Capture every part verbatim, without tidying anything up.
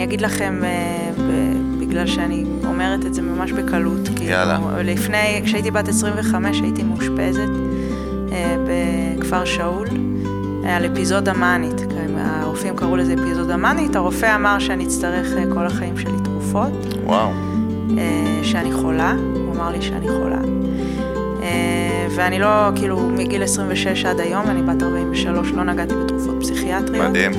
אגיד לכם, בגלל שאני אומרת את זה ממש בקלות. יאללה. לפני, כשהייתי בת עשרים וחמש, הייתי מאושפזת בכפר שאול, על אפיזודה מאנית. הרופאים קראו לזה אפיזודה מאנית. הרופא אמר שאני אצטרך כל החיים שלי תרופות. וואו. שאני חולה. הוא אמר לי שאני חולה. ואני לא, כאילו, מגיל עשרים ושש עד היום, אני בת ארבעים ושלוש, לא נגעתי בתרופות פסיכיאטריות. מדהים.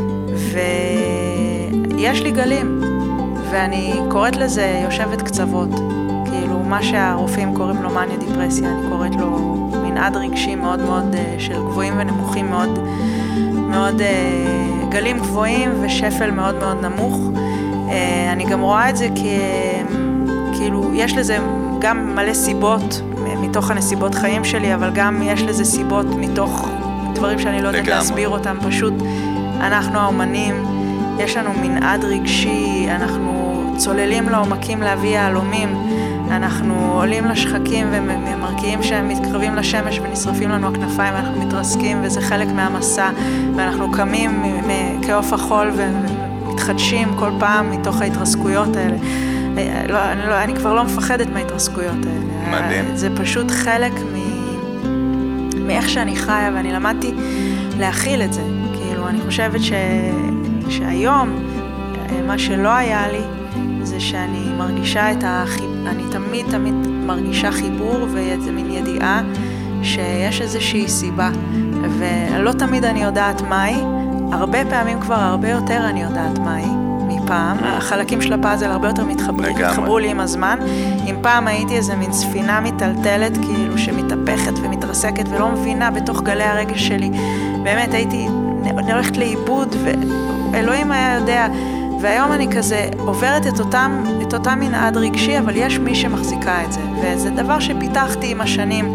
ויש לי גלים, ואני קוראת לזה יושבת קצוות. כאילו, מה שהרופאים קוראים לו מניה דיפרסיה, אני קוראת לו מנעד רגשי מאוד מאוד, של גבוהים ונמוכים מאוד, מאוד גלים גבוהים ושפל מאוד מאוד נמוך. אני גם רואה את זה כי, כאילו, יש לזה גם מלא סיבות, מתוך הנסיבות חיים שלי, אבל גם יש לזה סיבות מתוך דברים שאני לא יודעת להסביר אותם. פשוט אנחנו האומנים, יש לנו מנעד רגשי, אנחנו צוללים לעומקים להביא יהלומים, אנחנו עולים לשחקים ומרקיעים שהם מתקרבים לשמש ונשרפים לנו הכנפיים ואנחנו מתרסקים, וזה חלק מהמסע, ואנחנו קמים כעוף החול ומתחדשים כל פעם מתוך ההתרסקויות האלה. לא, אני, לא, אני כבר לא מפחדת מההתרסקויות האלה. מדהים. זה פשוט חלק מ... מאיך שאני חיה, ואני למדתי להכיל את זה. כאילו, אני חושבת ש... שהיום, מה שלא היה לי, זה שאני מרגישה את החיב... אני תמיד תמיד מרגישה חיבור, וזה מין ידיעה שיש איזושהי סיבה. ולא תמיד אני יודעת מהי, הרבה פעמים כבר הרבה יותר אני יודעת מהי. פעם, החלקים של הפאזל הרבה יותר מתחברים, התחברו לי עם הזמן. אם פעם הייתי איזה מין ספינה מטלטלת, כאילו שמתהפכת ומתרסקת ולא מבינה בתוך גלי הרגש שלי, באמת הייתי הולכת לאיבוד, ואלוהים היה יודע, והיום אני כזה עוברת את אותם, את אותם מנעד רגשי, אבל יש מי שמחזיקה את זה, וזה דבר שפיתחתי עם השנים,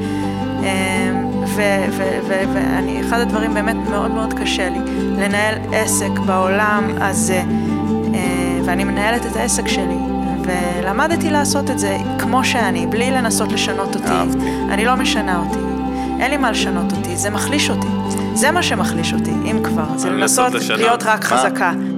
ואני, אחד הדברים באמת מאוד מאוד קשה לי, לנהל עסק בעולם הזה, ואני מנהלת את העסק שלי, ולמדתי לעשות את זה כמו שאני, בלי לנסות לשנות אותי. אהבתי. אני לא משנה אותי, אין לי מה לשנות אותי, זה מחליש אותי. זה מה שמחליש אותי, אם כבר, זה לנסות להיות רק חזקה.